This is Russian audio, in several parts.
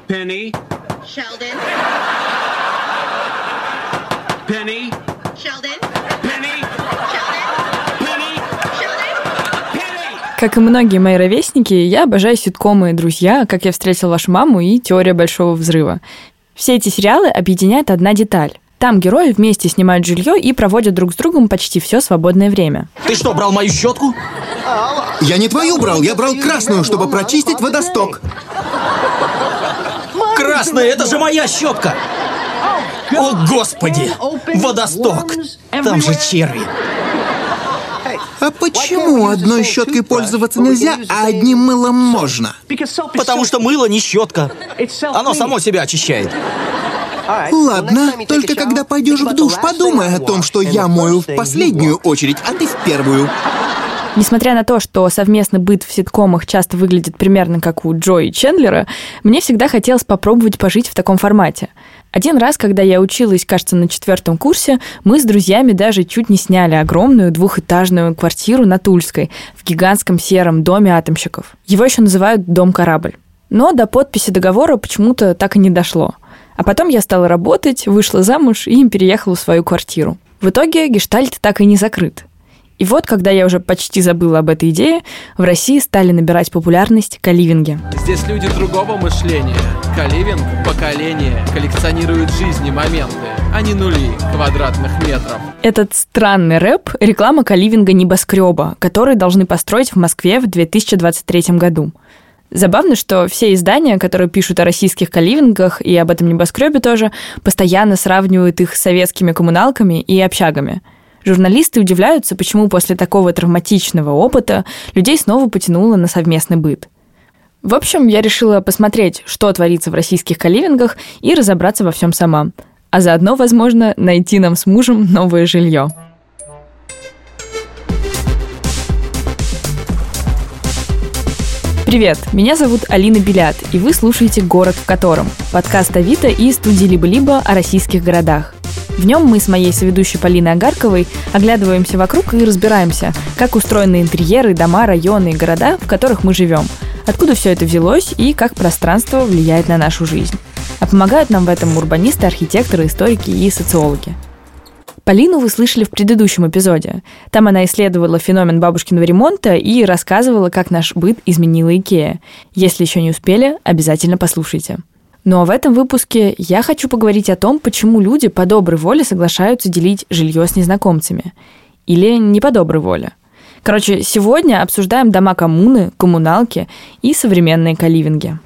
Penny. Sheldon. Penny. Sheldon. Penny. Sheldon. Penny. Sheldon. Penny. Как и многие мои ровесники, я обожаю ситкомы «Друзья», «Как я встретил вашу маму» и «Теория большого взрыва». Все эти сериалы объединяет одна деталь. Там герои вместе снимают жилье и проводят друг с другом почти все свободное время. Ты что, брал мою щетку? Я не твою брал, я брал красную, чтобы прочистить водосток. Красная, это же моя щетка! О, Господи! Водосток! Там же черви! А почему одной щеткой пользоваться нельзя, а одним мылом можно? Потому что мыло не щетка. Оно само себя очищает. Ладно, только когда пойдешь в душ, подумай о том, что я мою в последнюю очередь, а ты в первую. Несмотря на то, что совместный быт в ситкомах часто выглядит примерно как у Джо и Чендлера, мне всегда хотелось попробовать пожить в таком формате. Один раз, когда я училась, кажется, на 4 курсе, мы с друзьями даже чуть не сняли огромную двухэтажную квартиру на Тульской, в гигантском сером доме атомщиков. Его еще называют «Дом-корабль». Но до подписи договора почему-то так и не дошло. А потом я стала работать, вышла замуж и переехала в свою квартиру. В итоге гештальт так и не закрыт. И вот, когда я уже почти забыла об этой идее, в России стали набирать популярность каливинги. Здесь люди другого мышления. Каливинг – поколение, коллекционирует жизни моменты, а не нули квадратных метров. Этот странный рэп – реклама каливинга небоскреба, который должны построить в Москве в 2023 году. Забавно, что все издания, которые пишут о российских каливингах и об этом небоскребе тоже, постоянно сравнивают их с советскими коммуналками и общагами. Журналисты удивляются, почему после такого травматичного опыта людей снова потянуло на совместный быт. В общем, я решила посмотреть, что творится в российских каливингах, и разобраться во всем сама. А заодно, возможно, найти нам с мужем новое жилье. Привет, меня зовут Алина Белят, и вы слушаете «Город в котором» – подкаст Авито и студии «Либо-либо» о российских городах. В нем мы с моей соведущей Полиной Агарковой оглядываемся вокруг и разбираемся, как устроены интерьеры, дома, районы и города, в которых мы живем, откуда все это взялось и как пространство влияет на нашу жизнь. А помогают нам в этом урбанисты, архитекторы, историки и социологи. Полину вы слышали в предыдущем эпизоде. Там она исследовала феномен бабушкиного ремонта и рассказывала, как наш быт изменила Икеа. Если еще не успели, обязательно послушайте. Ну а в этом выпуске я хочу поговорить о том, почему люди по доброй воле соглашаются делить жилье с незнакомцами. Или не по доброй воле. Короче, сегодня обсуждаем дома коммуны, коммуналки и современные каливинги.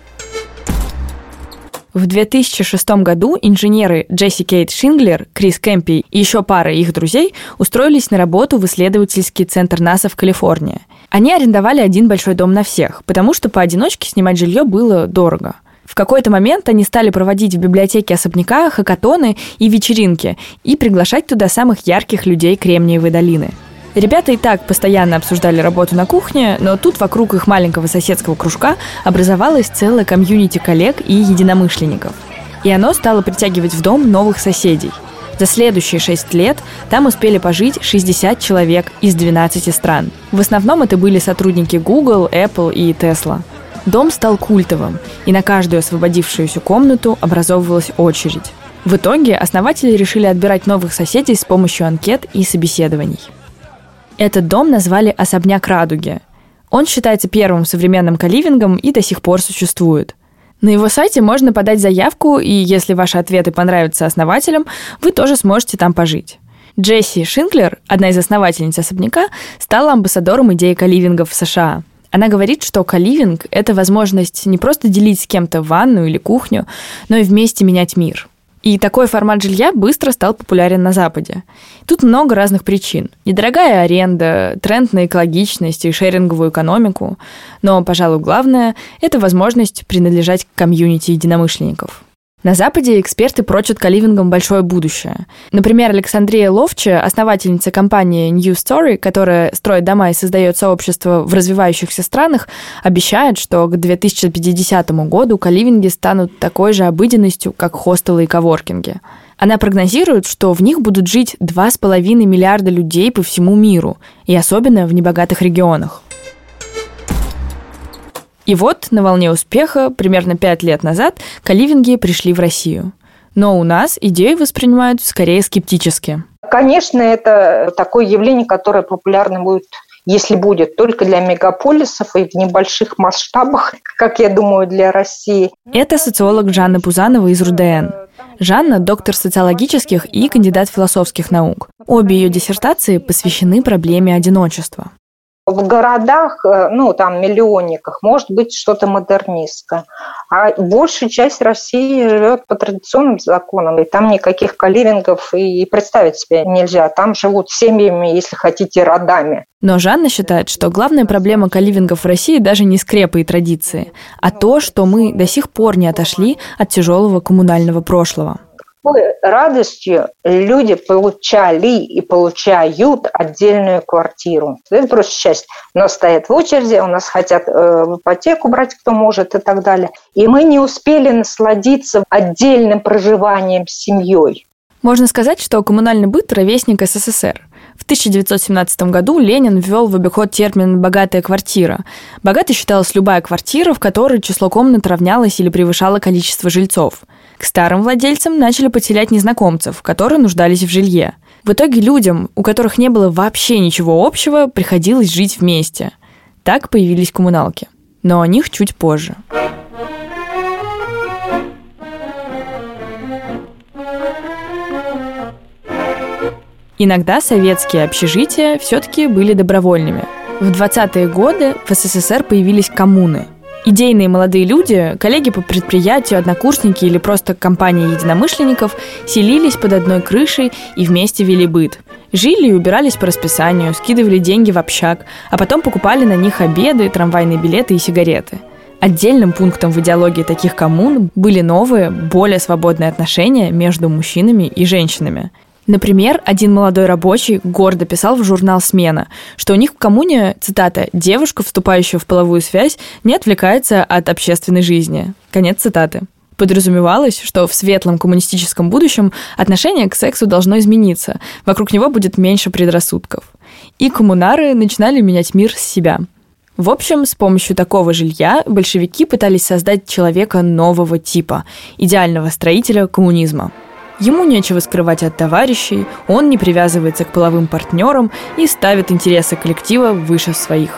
В 2006 году инженеры Джесси Кейт Шинглер, Крис Кемпи и еще пара их друзей устроились на работу в исследовательский центр НАСА в Калифорнии. Они арендовали один большой дом на всех, потому что поодиночке снимать жилье было дорого. В какой-то момент они стали проводить в библиотеке особняка хакатоны и вечеринки и приглашать туда самых ярких людей Кремниевой долины. Ребята и так постоянно обсуждали работу на кухне, но тут вокруг их маленького соседского кружка образовалась целая комьюнити коллег и единомышленников. И оно стало притягивать в дом новых соседей. За следующие 6 лет там успели пожить 60 человек из 12 стран. В основном это были сотрудники Google, Apple и Tesla. Дом стал культовым, и на каждую освободившуюся комнату образовывалась очередь. В итоге основатели решили отбирать новых соседей с помощью анкет и собеседований. Этот дом назвали «Особняк Радуги». Он считается первым современным каливингом и до сих пор существует. На его сайте можно подать заявку, и если ваши ответы понравятся основателям, вы тоже сможете там пожить. Джесси Шинглер, одна из основательниц особняка, стала амбассадором идеи каливингов в США. Она говорит, что каливинг – это возможность не просто делить с кем-то ванну или кухню, но и вместе менять мир. И такой формат жилья быстро стал популярен на Западе. Тут много разных причин. Недорогая аренда, тренд на экологичность и шеринговую экономику. Но, пожалуй, главное – это возможность принадлежать к комьюнити единомышленников. На Западе эксперты прочат каливингам большое будущее. Например, Александрия Ловча, основательница компании New Story, которая строит дома и создает сообщества в развивающихся странах, обещает, что к 2050 году каливинги станут такой же обыденностью, как хостелы и коворкинги. Она прогнозирует, что в них будут жить 2,5 миллиарда людей по всему миру, и особенно в небогатых регионах. И вот на волне успеха примерно 5 лет назад коливинги пришли в Россию. Но у нас идею воспринимают скорее скептически. Конечно, это такое явление, которое популярно будет, если будет, только для мегаполисов и в небольших масштабах, как я думаю, для России. Это социолог Жанна Пузанова из РУДН. Жанна – доктор социологических и кандидат философских наук. Обе ее диссертации посвящены проблеме одиночества. В городах, там миллионниках, может быть что-то модернистское. А большая часть России живет по традиционным законам, и там никаких коливингов и представить себе нельзя. Там живут семьями, если хотите, родами. Но Жанна считает, что главная проблема коливингов в России даже не скрепы и традиции, а то, что мы до сих пор не отошли от тяжелого коммунального прошлого. Радостью люди получали и получают отдельную квартиру. Это просто счастье. У нас стоят в очереди, у нас хотят в ипотеку брать, кто может, и так далее. И мы не успели насладиться отдельным проживанием с семьей. Можно сказать, что коммунальный быт – ровесник СССР. В 1917 году Ленин ввел в обиход термин «богатая квартира». Богатой считалась любая квартира, в которой число комнат равнялось или превышало количество жильцов. К старым владельцам начали подселять незнакомцев, которые нуждались в жилье. В итоге людям, у которых не было вообще ничего общего, приходилось жить вместе. Так появились коммуналки. Но о них чуть позже. Иногда советские общежития все-таки были добровольными. В 20-е годы в СССР появились коммуны. Идейные молодые люди, коллеги по предприятию, однокурсники или просто компания единомышленников селились под одной крышей и вместе вели быт. Жили и убирались по расписанию, скидывали деньги в общак, а потом покупали на них обеды, трамвайные билеты и сигареты. Отдельным пунктом в идеологии таких коммун были новые, более свободные отношения между мужчинами и женщинами. Например, один молодой рабочий гордо писал в журнал «Смена», что у них в коммуне, цитата, «девушка, вступающая в половую связь, не отвлекается от общественной жизни». Конец цитаты. Подразумевалось, что в светлом коммунистическом будущем отношение к сексу должно измениться, вокруг него будет меньше предрассудков. И коммунары начинали менять мир с себя. В общем, с помощью такого жилья большевики пытались создать человека нового типа, идеального строителя коммунизма. Ему нечего скрывать от товарищей, он не привязывается к половым партнерам и ставит интересы коллектива выше своих.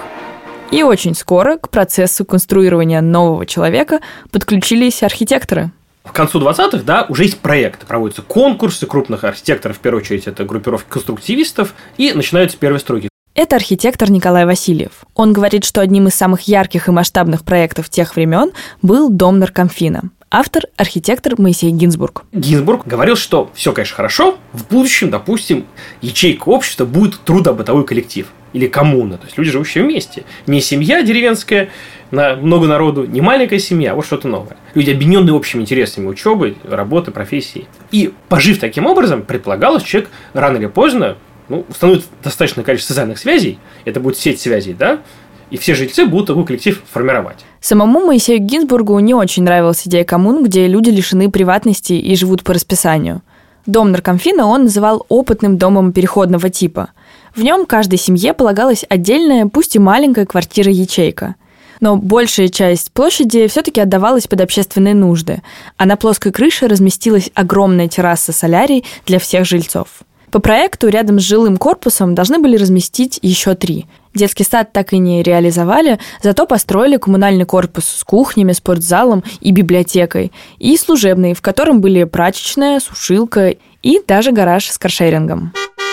И очень скоро к процессу конструирования нового человека подключились архитекторы. К концу 20-х, уже есть проекты, проводятся конкурсы крупных архитекторов, в первую очередь это группировки конструктивистов, и начинаются первые стройки. Это архитектор Николай Васильев. Он говорит, что одним из самых ярких и масштабных проектов тех времен был дом наркомфина. Автор – архитектор Моисей Гинзбург. Гинзбург говорил, что все, конечно, хорошо, в будущем, допустим, ячейка общества будет трудобытовой коллектив или коммуна, то есть люди, живущие вместе. Не семья деревенская на много народу, не маленькая семья, а вот что-то новое. Люди, объединенные общими интересами учебы, работы, профессии. И, пожив таким образом, предполагалось, что человек рано или поздно установит достаточное количество социальных связей, это будет сеть связей, и все жильцы будут такой коллектив формировать. Самому Моисею Гинзбургу не очень нравилась идея коммун, где люди лишены приватности и живут по расписанию. Дом наркомфина он называл опытным домом переходного типа. В нем каждой семье полагалась отдельная, пусть и маленькая квартира-ячейка. Но большая часть площади все-таки отдавалась под общественные нужды, а на плоской крыше разместилась огромная терраса-солярий для всех жильцов. По проекту рядом с жилым корпусом должны были разместить еще 3. Детский сад так и не реализовали, зато построили коммунальный корпус с кухнями, спортзалом и библиотекой, и служебный, в котором были прачечная, сушилка и даже гараж с каршерингом.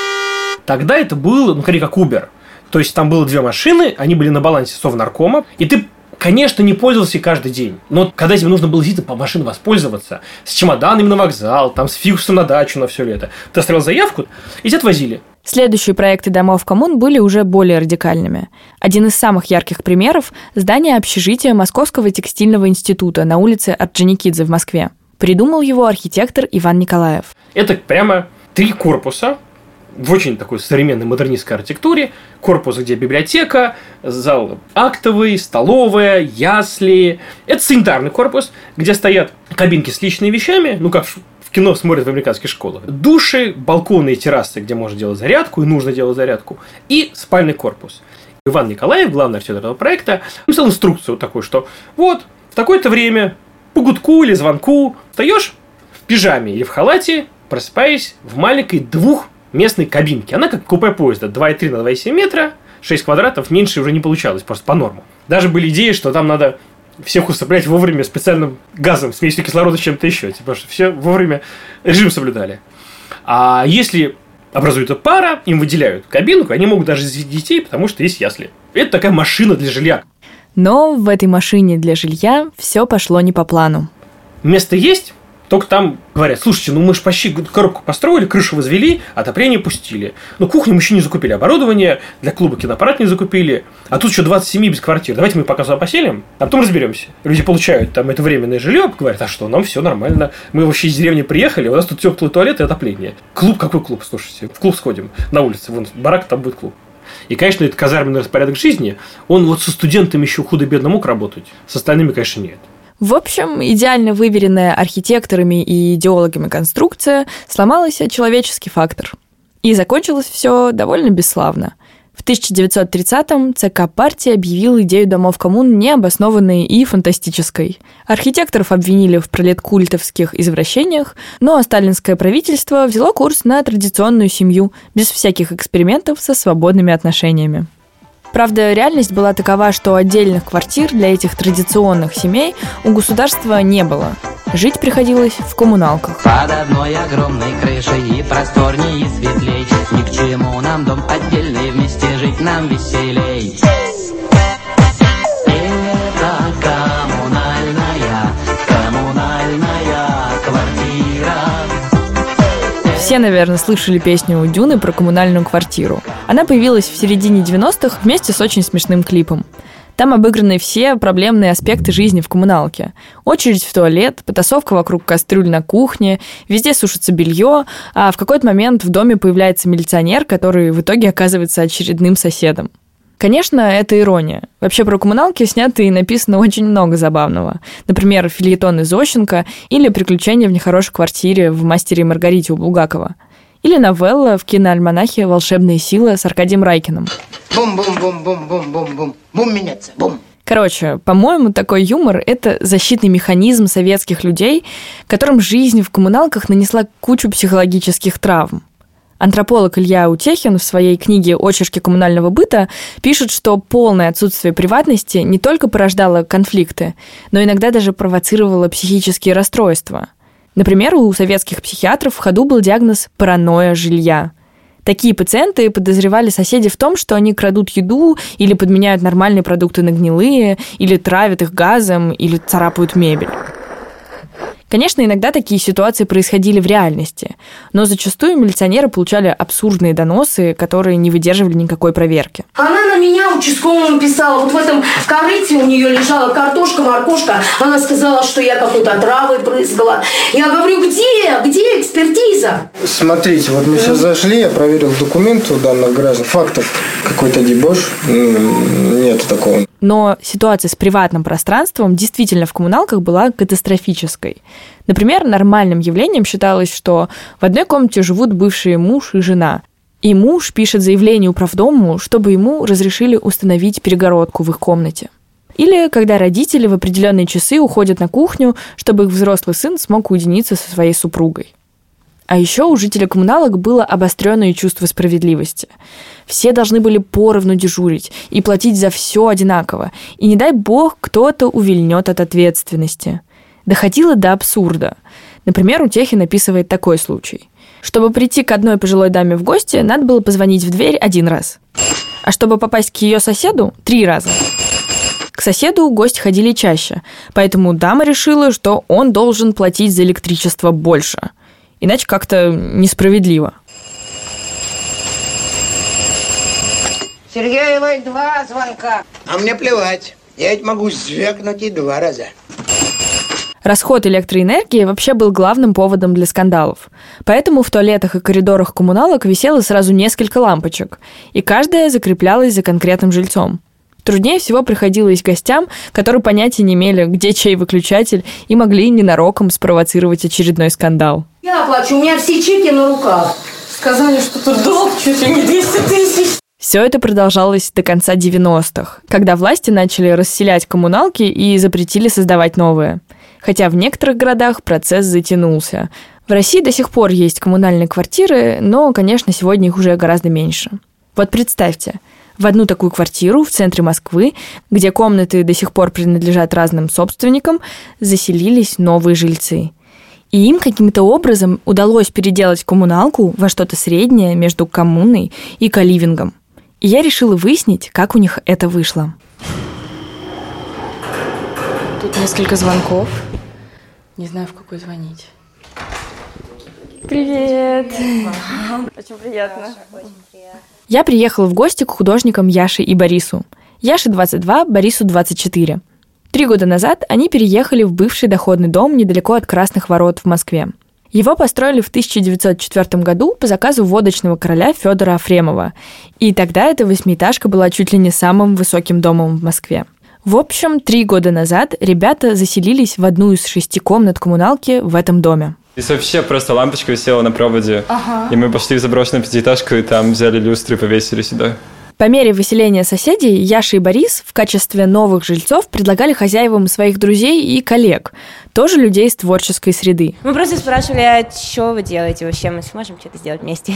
Тогда это было, как Uber. То есть там было 2 машины, они были на балансе Совнаркома, и ты, конечно, не пользовался каждый день. Но когда тебе нужно было действительно по машине воспользоваться, с чемоданами на вокзал, с фикусом на дачу на все лето, ты оставил заявку, и тебя отвозили. Следующие проекты домов коммун были уже более радикальными. Один из самых ярких примеров – здание общежития Московского текстильного института на улице Орджоникидзе в Москве. Придумал его архитектор Иван Николаев. Это прямо 3 корпуса в очень такой современной модернистской архитектуре. Корпус, где библиотека, зал актовый, столовая, ясли. Это санитарный корпус, где стоят кабинки с личными вещами, как в кино смотрят в американских школах. Души, балконы и террасы, где можно делать зарядку и нужно делать зарядку. И спальный корпус. Иван Николаев, главный архитектор этого проекта, написал инструкцию вот такую, что вот в такое-то время по гудку или звонку встаешь в пижаме или в халате, просыпаясь в маленькой двухместной кабинке. Она как купе поезда, 2,3 на 2,7 метра, 6 квадратов, меньше уже не получалось, просто по нормам. Даже были идеи, что там надо всех усыплять вовремя специальным газом, смесью кислорода с чем-то еще, потому что все вовремя режим соблюдали. А если образуется пара, им выделяют кабинку, они могут даже завести детей, потому что есть ясли. Это такая машина для жилья. Но в этой машине для жилья все пошло не по плану. Место есть, только там говорят: слушайте, ну мы же почти коробку построили, крышу возвели, отопление пустили. Ну кухню мы еще не закупили, оборудование для клуба киноаппарат не закупили, а тут еще 27 без квартир. Давайте мы пока сюда поселим, а потом разберемся. Люди получают там это временное жилье, говорят: а что, нам все нормально. Мы вообще из деревни приехали, у нас тут теплый туалет и отопление. Клуб, какой клуб, слушайте? В клуб сходим на улице, вон барак, там будет клуб. И, конечно, этот казарменный распорядок жизни, он вот со студентами еще худо-бедно мог работать, с остальными, конечно, нет. В общем, идеально выверенная архитекторами и идеологами конструкция сломалась о человеческий фактор. И закончилось все довольно бесславно. В 1930-м ЦК партии объявил идею домов коммун необоснованной и фантастической. Архитекторов обвинили в пролеткультовских извращениях, но сталинское правительство взяло курс на традиционную семью, без всяких экспериментов со свободными отношениями. Правда, реальность была такова, что отдельных квартир для этих традиционных семей у государства не было. Жить приходилось в коммуналках. Под одной огромной крышей и просторней, и светлей. Ни к чему нам дом отдельный, вместе жить нам веселей. Это коммунальная квартира. Все, наверное, слышали песню у Дюны про коммунальную квартиру. Она появилась в середине 90-х вместе с очень смешным клипом. Там обыграны все проблемные аспекты жизни в коммуналке. Очередь в туалет, потасовка вокруг кастрюль на кухне, везде сушится белье, а в какой-то момент в доме появляется милиционер, который в итоге оказывается очередным соседом. Конечно, это ирония. Вообще про коммуналки снято и написано очень много забавного. Например, фельетон из Зощенко или «Приключения в нехорошей квартире» в «Мастере и Маргарите» у Булгакова. Или новелла в киноальманахе «Волшебные силы» с Аркадием Райкиным. Бум-бум-бум-бум-бум-бум. Бум меняться, бум. Короче, по-моему, такой юмор – это защитный механизм советских людей, которым жизнь в коммуналках нанесла кучу психологических травм. Антрополог Илья Утехин в своей книге «Очерки коммунального быта» пишет, что полное отсутствие приватности не только порождало конфликты, но иногда даже провоцировало психические расстройства. Например, у советских психиатров в ходу был диагноз «паранойя жилья». Такие пациенты подозревали соседей в том, что они крадут еду или подменяют нормальные продукты на гнилые, или травят их газом, или царапают мебель. Конечно, иногда такие ситуации происходили в реальности, но зачастую милиционеры получали абсурдные доносы, которые не выдерживали никакой проверки. Она на меня участковому писала. Вот в этом корыте у нее лежала картошка, моркошка. Она сказала, что я какой-то травой брызгала. Я говорю, где экспертиза? Смотрите, вот мы сейчас зашли, я проверил документы у данных граждан. Фактов какой-то дебош нет такого. Но ситуация с приватным пространством действительно в коммуналках была катастрофической. Например, нормальным явлением считалось, что в одной комнате живут бывшие муж и жена. И муж пишет заявление управдому, чтобы ему разрешили установить перегородку в их комнате. Или когда родители в определенные часы уходят на кухню, чтобы их взрослый сын смог уединиться со своей супругой. А еще у жителей коммуналок было обостренное чувство справедливости. Все должны были поровну дежурить и платить за все одинаково. И не дай бог, кто-то увильнет от ответственности. Доходило до абсурда. Например, Утехин описывает такой случай. Чтобы прийти к одной пожилой даме в гости, надо было позвонить в дверь 1 раз. А чтобы попасть к ее соседу – 3 раза. К соседу гости ходили чаще, поэтому дама решила, что он должен платить за электричество больше. Иначе как-то несправедливо. Сергеевой 2 звонка. А мне плевать. Я ведь могу звякнуть и 2 раза. Расход электроэнергии вообще был главным поводом для скандалов. Поэтому в туалетах и коридорах коммуналок висело сразу несколько лампочек, и каждая закреплялась за конкретным жильцом. Труднее всего приходилось гостям, которые понятия не имели, где чей выключатель, и могли ненароком спровоцировать очередной скандал. Я плачу, у меня все чеки на руках. Сказали, что тут долг чуть ли не 200 000. Все это продолжалось до конца 90-х, когда власти начали расселять коммуналки и запретили создавать новые. Хотя в некоторых городах процесс затянулся. В России до сих пор есть коммунальные квартиры, но, конечно, сегодня их уже гораздо меньше. Вот представьте, в одну такую квартиру в центре Москвы, где комнаты до сих пор принадлежат разным собственникам, заселились новые жильцы. И им каким-то образом удалось переделать коммуналку во что-то среднее между коммуной и коливингом. И я решила выяснить, как у них это вышло. Тут несколько звонков. Не знаю, в какой звонить. Привет! Очень приятно. Я приехала в гости к художникам Яше и Борису. Яше 22, Борису 24. 3 года назад они переехали в бывший доходный дом недалеко от Красных ворот в Москве. Его построили в 1904 году по заказу водочного короля Федора Афремова. И тогда эта 8-этажка была чуть ли не самым высоким домом в Москве. В общем, 3 года назад ребята заселились в одну из 6 комнат коммуналки в этом доме. И вообще просто лампочка висела на проводе. И мы пошли в заброшенную 5-этажку, и там взяли люстры и повесили сюда. По мере выселения соседей Яша и Борис в качестве новых жильцов предлагали хозяевам своих друзей и коллег, тоже людей из творческой среды. Мы просто спрашивали, а что вы делаете вообще, мы сможем что-то сделать вместе?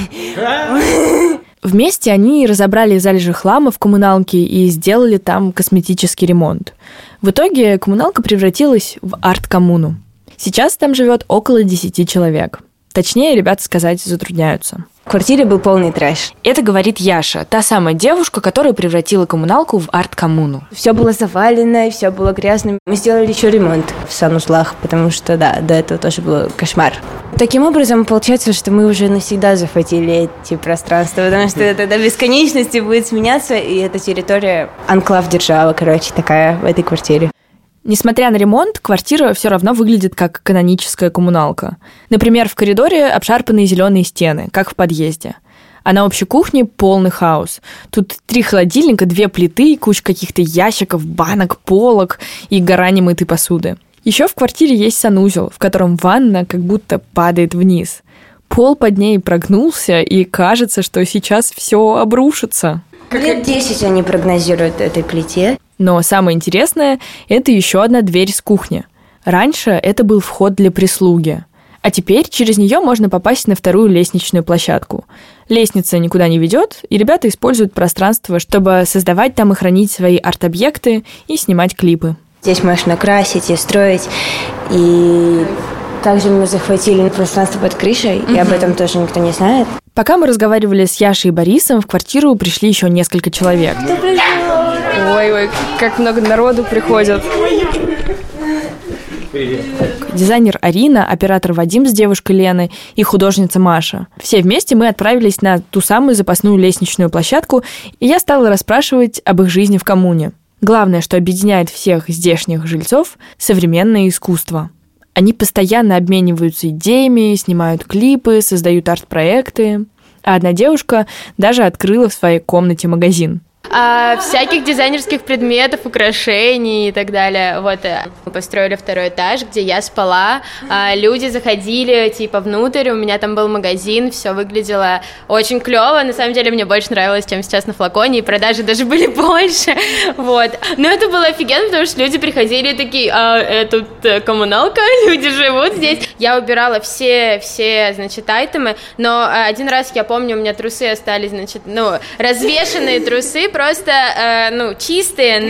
Вместе они разобрали залежи хлама в коммуналке и сделали там косметический ремонт. В итоге коммуналка превратилась в арт-коммуну. Сейчас там живет около 10 человек. Точнее, ребята сказать затрудняются. В квартире был полный трэш. Это говорит Яша, та самая девушка, которая превратила коммуналку в арт-коммуну. Все было завалено, все было грязным. Мы сделали еще ремонт в санузлах, потому что, да, до этого тоже был кошмар. Таким образом, получается, что мы уже навсегда захватили эти пространства, потому что это до бесконечности будет сменяться, и эта территория анклав-держава, такая в этой квартире. Несмотря на ремонт, квартира все равно выглядит как каноническая коммуналка. Например, в коридоре обшарпанные зеленые стены, как в подъезде. А на общей кухне полный хаос. Тут 3 холодильника, 2 плиты, куча каких-то ящиков, банок, полок и гора немытой посуды. Еще в квартире есть санузел, в котором ванна как будто падает вниз. Пол под ней прогнулся, и кажется, что сейчас все обрушится. Лет 10 они прогнозируют этой плите. Но самое интересное – это еще одна дверь с кухни. Раньше это был вход для прислуги. А теперь через нее можно попасть на вторую лестничную площадку. Лестница никуда не ведет, и ребята используют пространство, чтобы создавать там и хранить свои арт-объекты и снимать клипы. Здесь можно красить и строить, и также мы захватили пространство под крышей, и об этом тоже никто не знает. Пока мы разговаривали с Яшей и Борисом, в квартиру пришли еще несколько человек. Ой, как много народу приходит. Привет. Дизайнер Арина, оператор Вадим с девушкой Леной и художница Маша. Все вместе мы отправились на ту самую запасную лестничную площадку, и я стала расспрашивать об их жизни в коммуне. Главное, что объединяет всех здешних жильцов – современное искусство. Они постоянно обмениваются идеями, снимают клипы, создают арт-проекты. А одна девушка даже открыла в своей комнате магазин. Всяких дизайнерских предметов, украшений и так далее. Вот мы построили 2-й этаж, где я спала. Люди заходили внутрь, у меня там был магазин, все выглядело очень клево. На самом деле мне больше нравилось, чем сейчас на Флаконе, и продажи даже были больше. Вот. Но это было офигенно, потому что люди приходили и такие, тут коммуналка, люди живут здесь. Я убирала все айтемы, но один раз, я помню, у меня трусы остались, развешенные трусы, просто, чистые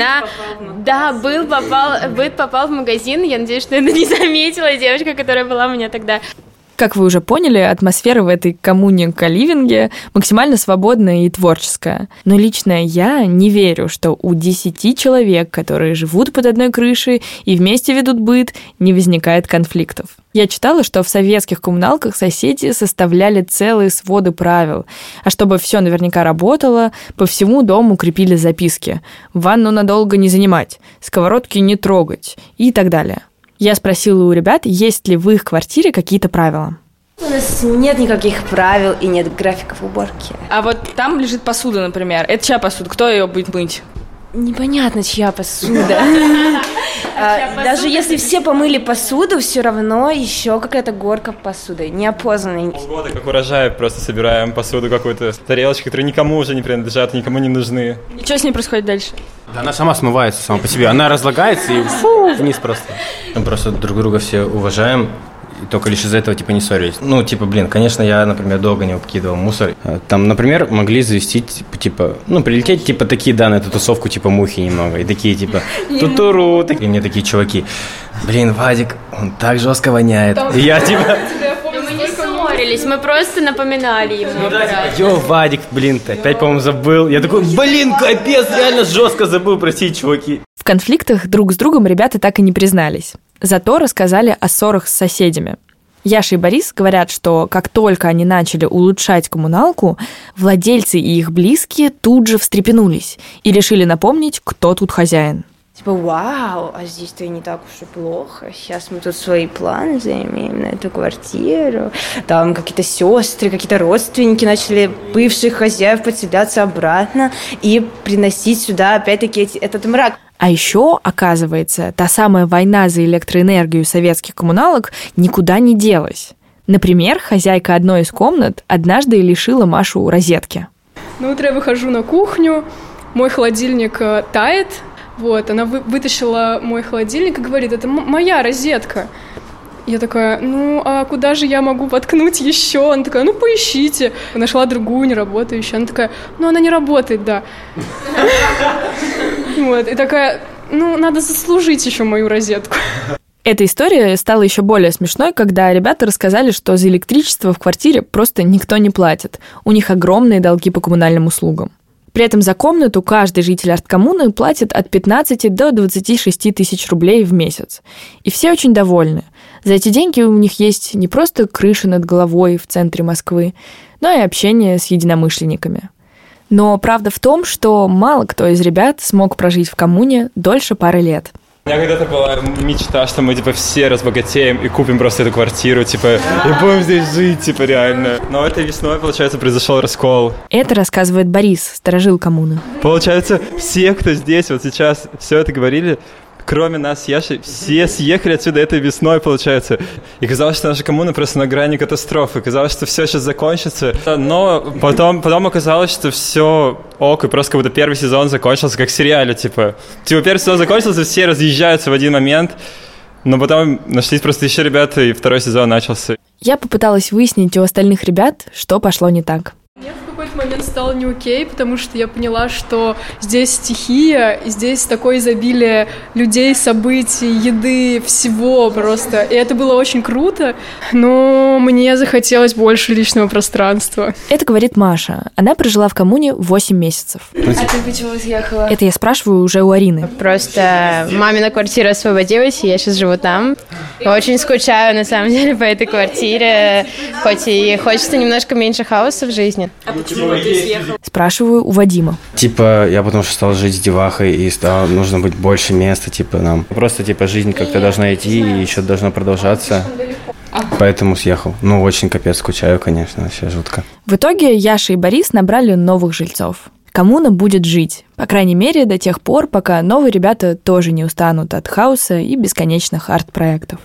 быт попал в магазин. Я надеюсь, что это не заметила девочка, которая была у меня тогда. Как вы уже поняли, атмосфера в этой коммуне-коливинге максимально свободная и творческая. Но лично я не верю, что у 10 человек, которые живут под одной крышей и вместе ведут быт, не возникает конфликтов. Я читала, что в советских коммуналках соседи составляли целые своды правил. А чтобы все наверняка работало, по всему дому крепили записки. Ванну надолго не занимать, сковородки не трогать и так далее. Я спросила у ребят, есть ли в их квартире какие-то правила. У нас нет никаких правил и нет графиков уборки. А вот там лежит посуда, например. Это чья посуда? Кто ее будет мыть? Непонятно, чья посуда. Даже если все помыли посуду, все равно еще какая-то горка посуды, неопознанной. Полгода, как урожай, просто собираем посуду какую-то, тарелочки, которые никому уже не принадлежат, никому не нужны. И что с ней происходит дальше? Да она сама смывается сама по себе, она разлагается и вниз просто. Мы просто друг друга все уважаем. И только лишь из-за этого, типа, не ссорились. Ну, типа, конечно, я, например, долго не выкидывал мусор. Там, например, могли завести, типа, прилететь, типа, такие, да, на эту тусовку, типа, мухи немного. И такие, типа, тутуру. И мне такие чуваки, Вадик, он так жестко воняет. И я, типа... Мы не ссорились, мы просто напоминали ему. Вадик, ты опять, по-моему, забыл. Я такой, капец, реально жестко забыл, простите, чуваки. В конфликтах друг с другом ребята так и не признались. Зато рассказали о ссорах с соседями. Яша и Борис говорят, что как только они начали улучшать коммуналку, владельцы и их близкие тут же встрепенулись и решили напомнить, кто тут хозяин. Типа, вау, а здесь-то и не так уж и плохо. Сейчас мы тут свои планы заимеем на эту квартиру. Там какие-то сестры, какие-то родственники начали бывших хозяев подселяться обратно и приносить сюда опять-таки этот мрак. А еще, оказывается, та самая война за электроэнергию советских коммуналок никуда не делась. Например, хозяйка одной из комнат однажды лишила Машу розетки. На утро я выхожу на кухню, мой холодильник тает. Она вытащила мой холодильник и говорит, это моя розетка. Я такая, а куда же я могу воткнуть еще? Она такая, поищите. Нашла другую, не работающую. Она такая, она не работает, да. И такая, надо заслужить еще мою розетку. Эта история стала еще более смешной, когда ребята рассказали, что за электричество в квартире просто никто не платит. У них огромные долги по коммунальным услугам. При этом за комнату каждый житель арткоммуны платит от 15 до 26 тысяч рублей в месяц. И все очень довольны. За эти деньги у них есть не просто крыша над головой в центре Москвы, но и общение с единомышленниками. Но правда в том, что мало кто из ребят смог прожить в коммуне дольше пары лет. У меня когда-то была мечта, что мы, все разбогатеем и купим просто эту квартиру, и будем здесь жить, реально. Но этой весной, получается, произошел раскол. Это рассказывает Борис, старожил коммуны. Получается, все, кто здесь сейчас все это говорили, кроме нас с Яшей, все съехали отсюда этой весной, получается. И казалось, что наша коммуна просто на грани катастрофы. Казалось, что все сейчас закончится. Но потом оказалось, что все ок, и просто как будто первый сезон закончился, как в сериале, первый сезон закончился, все разъезжаются в один момент, но потом нашлись просто еще ребята, и второй сезон начался. Я попыталась выяснить у остальных ребят, что пошло не так. Мне в какой-то момент стало не окей, потому что я поняла, что здесь стихия, и здесь такое изобилие людей, событий, еды, всего просто. И это было очень круто, но мне захотелось больше личного пространства. Это говорит Маша. Она прожила в коммуне 8 месяцев. А ты почему съехала? Это я спрашиваю уже у Арины. Просто мамина квартира освободилась, и я сейчас живу там. Очень скучаю, на самом деле, по этой квартире, хоть и хочется немножко меньше хаоса в жизни. А почему ты съехал? Спрашиваю у Вадима. Я потому что стал жить с девахой, и нужно быть больше места, нам. Просто, жизнь как-то должна идти, и еще должна продолжаться. Поэтому съехал. Очень капец скучаю, конечно, вообще жутко. В итоге Яша и Борис набрали новых жильцов. Коммуна будет жить, по крайней мере, до тех пор, пока новые ребята тоже не устанут от хаоса и бесконечных арт-проектов.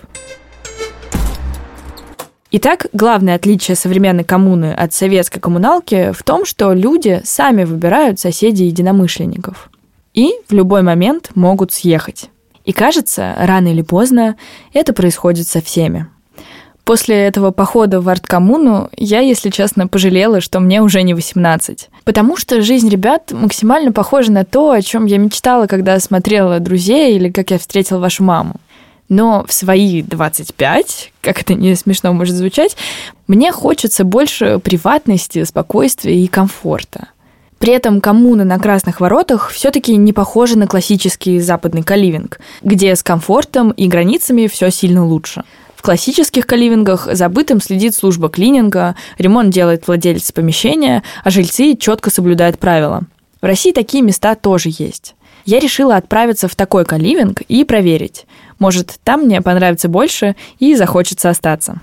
Итак, главное отличие современной коммуны от советской коммуналки в том, что люди сами выбирают соседей-единомышленников и в любой момент могут съехать. И кажется, рано или поздно это происходит со всеми. После этого похода в арт-коммуну я, если честно, пожалела, что мне уже не 18. Потому что жизнь ребят максимально похожа на то, о чем я мечтала, когда смотрела «Друзей» или «Как я встретил вашу маму». Но в свои 25, как это не смешно может звучать, мне хочется больше приватности, спокойствия и комфорта. При этом коммуна на Красных Воротах все-таки не похожа на классический западный коливинг, где с комфортом и границами все сильно лучше. В классических коливингах за бытом следит служба клининга, ремонт делает владелец помещения, а жильцы четко соблюдают правила. В России такие места тоже есть. Я решила отправиться в такой коливинг и проверить. Может, там мне понравится больше и захочется остаться.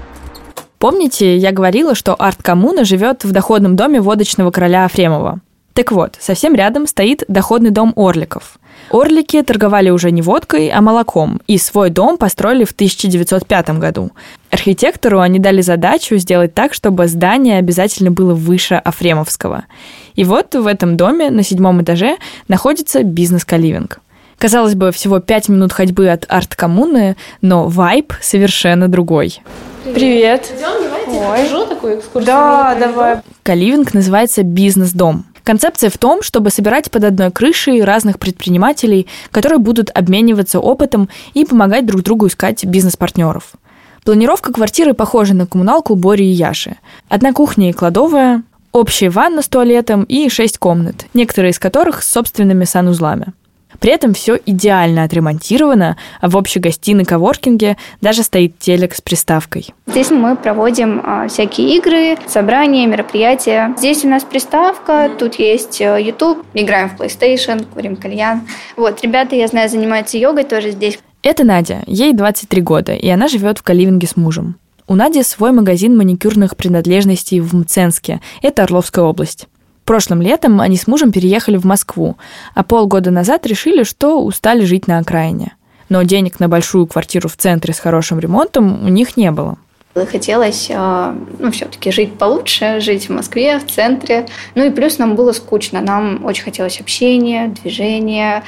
Помните, я говорила, что арт-коммуна живет в доходном доме водочного короля Ефремова? Так вот, совсем рядом стоит доходный дом Орликов. Орлики торговали уже не водкой, а молоком, и свой дом построили в 1905 году. Архитектору они дали задачу сделать так, чтобы здание обязательно было выше Афремовского. И вот в этом доме на 7 этаже находится бизнес-коливинг. Казалось бы, всего 5 минут ходьбы от арт-коммуны, но вайб совершенно другой. Привет. Идем, давайте покажу такую экскурсию. Да, давай. Коливинг называется «Бизнес-дом». Концепция в том, чтобы собирать под одной крышей разных предпринимателей, которые будут обмениваться опытом и помогать друг другу искать бизнес-партнеров. Планировка квартиры похожа на коммуналку Бори и Яши. Одна кухня и кладовая, общая ванна с туалетом и 6 комнат, некоторые из которых с собственными санузлами. При этом все идеально отремонтировано, а в общей гостиной коворкинге даже стоит телек с приставкой. Здесь мы проводим всякие игры, собрания, мероприятия. Здесь у нас приставка, тут есть YouTube, играем в PlayStation, курим кальян. Вот, ребята, я знаю, занимаются йогой тоже здесь. Это Надя, ей 23 года, и она живет в Коливинге с мужем. У Нади свой магазин маникюрных принадлежностей в Мценске, это Орловская область. Прошлым летом они с мужем переехали в Москву, а полгода назад решили, что устали жить на окраине. Но денег на большую квартиру в центре с хорошим ремонтом у них не было. Хотелось, все-таки жить получше, жить в Москве, в центре. Ну и плюс нам было скучно. Нам очень хотелось общения, движения,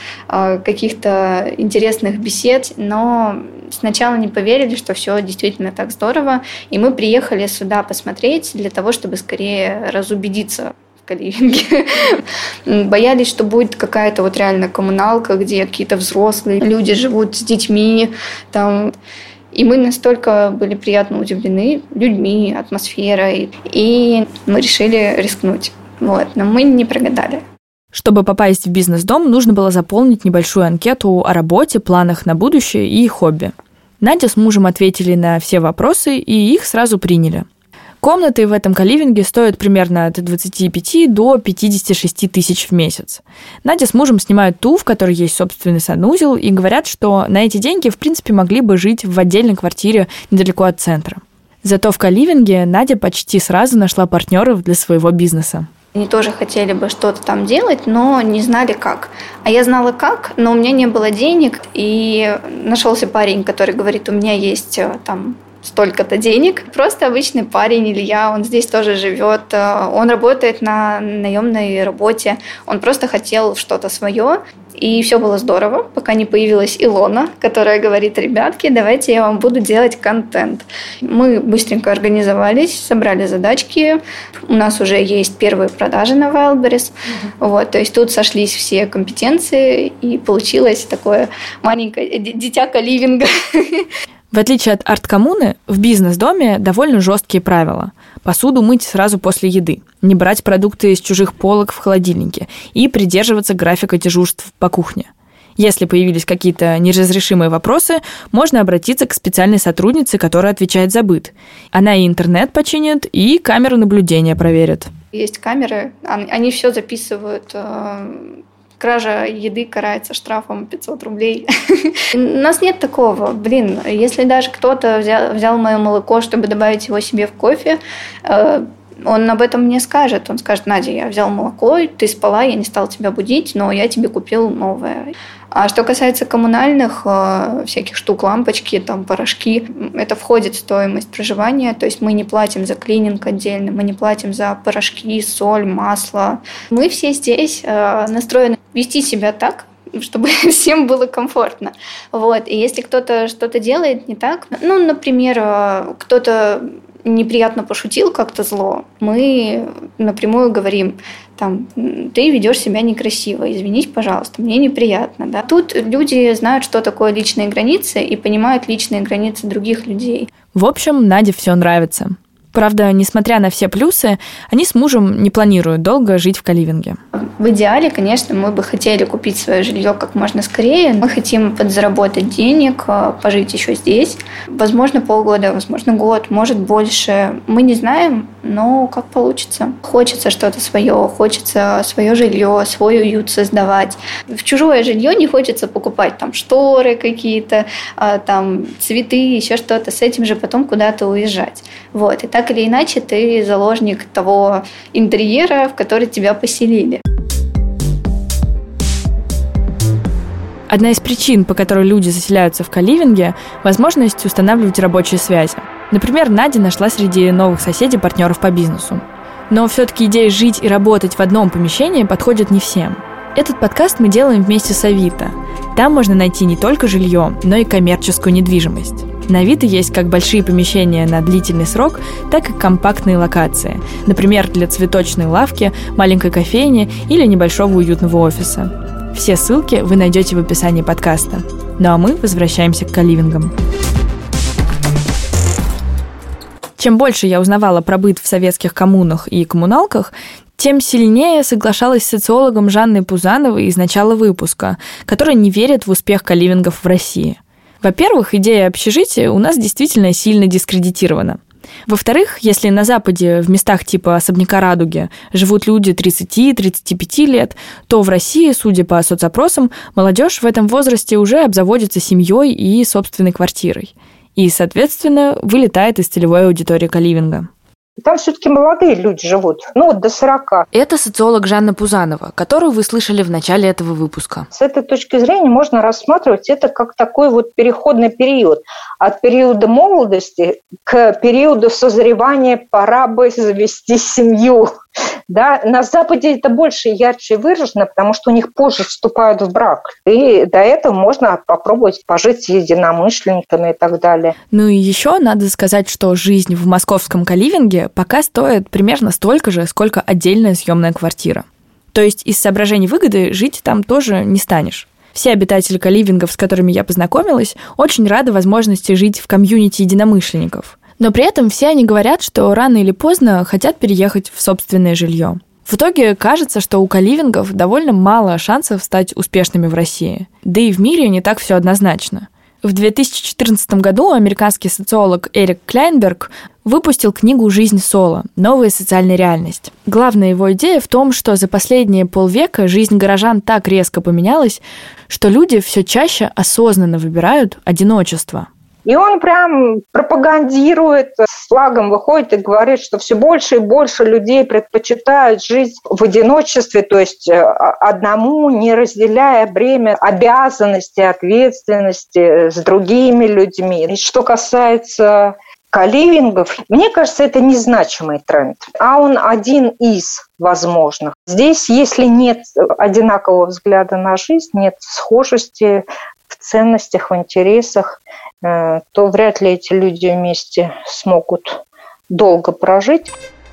каких-то интересных бесед. Но сначала не поверили, что все действительно так здорово. И мы приехали сюда посмотреть для того, чтобы скорее разубедиться в Коливинге. Боялись, что будет какая-то вот реально коммуналка, где какие-то взрослые люди живут с детьми, там. И мы настолько были приятно удивлены людьми, атмосферой, и мы решили рискнуть. Вот. Но мы не прогадали. Чтобы попасть в бизнес-дом, нужно было заполнить небольшую анкету о работе, планах на будущее и хобби. Надя с мужем ответили на все вопросы, и их сразу приняли. Комнаты в этом коливинге стоят примерно от 25 до 56 тысяч в месяц. Надя с мужем снимают ту, в которой есть собственный санузел, и говорят, что на эти деньги, в принципе, могли бы жить в отдельной квартире недалеко от центра. Зато в коливинге Надя почти сразу нашла партнеров для своего бизнеса. Они тоже хотели бы что-то там делать, но не знали как. А я знала как, но у меня не было денег, и нашелся парень, который говорит, у меня есть там столько-то денег. Просто обычный парень Илья, он здесь тоже живет, он работает на наемной работе, он просто хотел что-то свое, и все было здорово, пока не появилась Илона, которая говорит, ребятки, давайте я вам буду делать контент. Мы быстренько организовались, собрали задачки, у нас уже есть первые продажи на Wildberries, вот, то есть тут сошлись все компетенции, и получилось такое маленькое дитя коливинга. В отличие от арт-коммуны, в бизнес-доме довольно жесткие правила. Посуду мыть сразу после еды, не брать продукты из чужих полок в холодильнике и придерживаться графика дежурств по кухне. Если появились какие-то неразрешимые вопросы, можно обратиться к специальной сотруднице, которая отвечает за быт. Она и интернет починит, и камеры наблюдения проверит. Есть камеры, они все записывают. Кража еды карается штрафом 500 рублей. У нас нет такого. Если даже кто-то взял мое молоко, чтобы добавить его себе в кофе, он об этом мне скажет. Он скажет, Надя, я взял молоко, ты спала, я не стал тебя будить, но я тебе купил новое. А что касается коммунальных всяких штук, лампочки, там, порошки, это входит в стоимость проживания, то есть мы не платим за клининг отдельно, мы не платим за порошки, соль, масло. Мы все здесь настроены вести себя так, чтобы всем было комфортно. Вот. И если кто-то что-то делает не так, например, кто-то неприятно пошутил как-то зло, мы напрямую говорим, ты ведешь себя некрасиво, извинись, пожалуйста, мне неприятно. Да? Тут люди знают, что такое личные границы, и понимают личные границы других людей. В общем, Наде все нравится. Правда, несмотря на все плюсы, они с мужем не планируют долго жить в коливинге. В идеале, конечно, мы бы хотели купить свое жилье как можно скорее. Мы хотим подзаработать денег, пожить еще здесь. Возможно, полгода, возможно, год, может, больше. Мы не знаем, но как получится. Хочется что-то свое, хочется свое жилье, свой уют создавать. В чужое жилье не хочется покупать там шторы какие-то, там цветы, еще что-то. С этим же потом куда-то уезжать. Вот. И так или иначе ты заложник того интерьера, в который тебя поселили. Одна из причин, по которой люди заселяются в коливинге – возможность устанавливать рабочие связи. Например, Надя нашла среди новых соседей партнеров по бизнесу. Но все-таки идея жить и работать в одном помещении подходит не всем. Этот подкаст мы делаем вместе с Авито. Там можно найти не только жилье, но и коммерческую недвижимость. На Авито есть как большие помещения на длительный срок, так и компактные локации. Например, для цветочной лавки, маленькой кофейни или небольшого уютного офиса. Все ссылки вы найдете в описании подкаста. Ну а мы возвращаемся к коливингам. Чем больше я узнавала про быт в советских коммунах и коммуналках, тем сильнее соглашалась с социологом Жанной Пузановой из начала выпуска, которая не верит в успех коливингов в России. Во-первых, идея общежития у нас действительно сильно дискредитирована. Во-вторых, если на Западе в местах типа особняка «Радуги» живут люди 30-35 лет, то в России, судя по соцопросам, молодежь в этом возрасте уже обзаводится семьей и собственной квартирой. И, соответственно, вылетает из целевой аудитории коливинга. Там все-таки молодые люди живут, до 40. Это социолог Жанна Пузанова, которую вы слышали в начале этого выпуска. С этой точки зрения можно рассматривать это как такой переходный период. От периода молодости к периоду созревания пора бы завести семью. Да, на Западе это больше ярче выражено, потому что у них позже вступают в брак. И до этого можно попробовать пожить с единомышленниками и так далее. Ну и еще надо сказать, что жизнь в московском коливинге пока стоит примерно столько же, сколько отдельная съемная квартира. То есть из соображений выгоды жить там тоже не станешь. Все обитатели коливингов, с которыми я познакомилась, очень рады возможности жить в комьюнити единомышленников. Но при этом все они говорят, что рано или поздно хотят переехать в собственное жилье. В итоге кажется, что у коливингов довольно мало шансов стать успешными в России. Да и в мире не так все однозначно. В 2014 году американский социолог Эрик Кляйнберг выпустил книгу «Жизнь соло. Новая социальная реальность». Главная его идея в том, что за последние полвека жизнь горожан так резко поменялась, что люди все чаще осознанно выбирают одиночество. И он прям пропагандирует, с флагом выходит и говорит, что все больше и больше людей предпочитают жить в одиночестве, то есть одному, не разделяя бремя обязанностей, ответственности с другими людьми. И что касается коливингов, мне кажется, это незначимый тренд, а он один из возможных. Здесь, если нет одинакового взгляда на жизнь, нет схожести в ценностях, в интересах, то вряд ли эти люди вместе смогут долго прожить.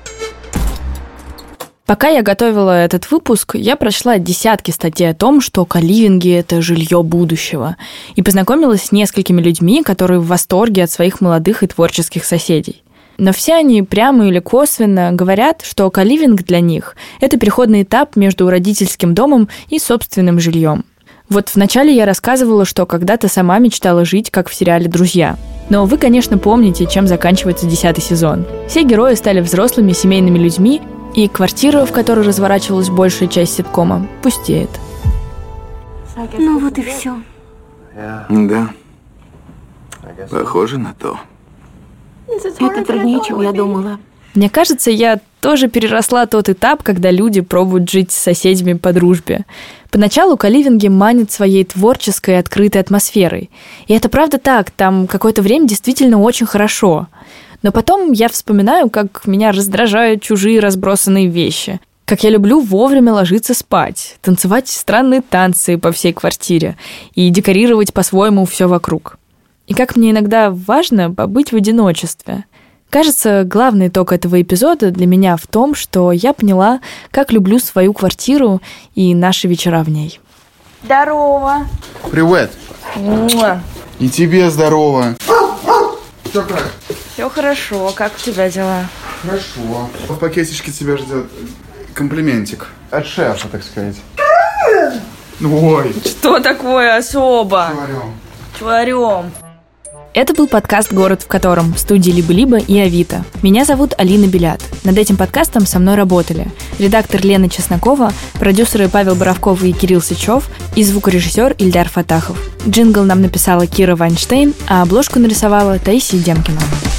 Пока я готовила этот выпуск, я прочла десятки статей о том, что коливинги – это жилье будущего, и познакомилась с несколькими людьми, которые в восторге от своих молодых и творческих соседей. Но все они прямо или косвенно говорят, что коливинг для них – это переходный этап между родительским домом и собственным жильем. Вот вначале я рассказывала, что когда-то сама мечтала жить, как в сериале «Друзья». Но вы, конечно, помните, чем заканчивается 10-й сезон. Все герои стали взрослыми семейными людьми, и квартира, в которой разворачивалась большая часть ситкома, пустеет. Ну вот и все. Да. Похоже на то. Это труднее, чем я думала. Мне кажется, я тоже переросла тот этап, когда люди пробуют жить с соседями по дружбе. Поначалу коливинги манят своей творческой, открытой атмосферой. И это правда так, там какое-то время действительно очень хорошо. Но потом я вспоминаю, как меня раздражают чужие разбросанные вещи. Как я люблю вовремя ложиться спать, танцевать странные танцы по всей квартире и декорировать по-своему все вокруг. И как мне иногда важно побыть в одиночестве. Кажется, главный итог этого эпизода для меня в том, что я поняла, как люблю свою квартиру и наши вечера в ней. Здорово. Привет. И тебе здорово. Все как? Все хорошо. Как у тебя дела? Хорошо. В пакетичке тебя ждет комплиментик. От шефа, так сказать. Ой. Что такое особо? Чварем. Это был подкаст «Город в котором» в студии «Либо-либо» и «Авито». Меня зовут Алина Белят. Над этим подкастом со мной работали редактор Лена Чеснокова, продюсеры Павел Боровков и Кирилл Сычев и звукорежиссер Ильдар Фатахов. Джингл нам написала Кира Вайнштейн, а обложку нарисовала Таисия Демкина.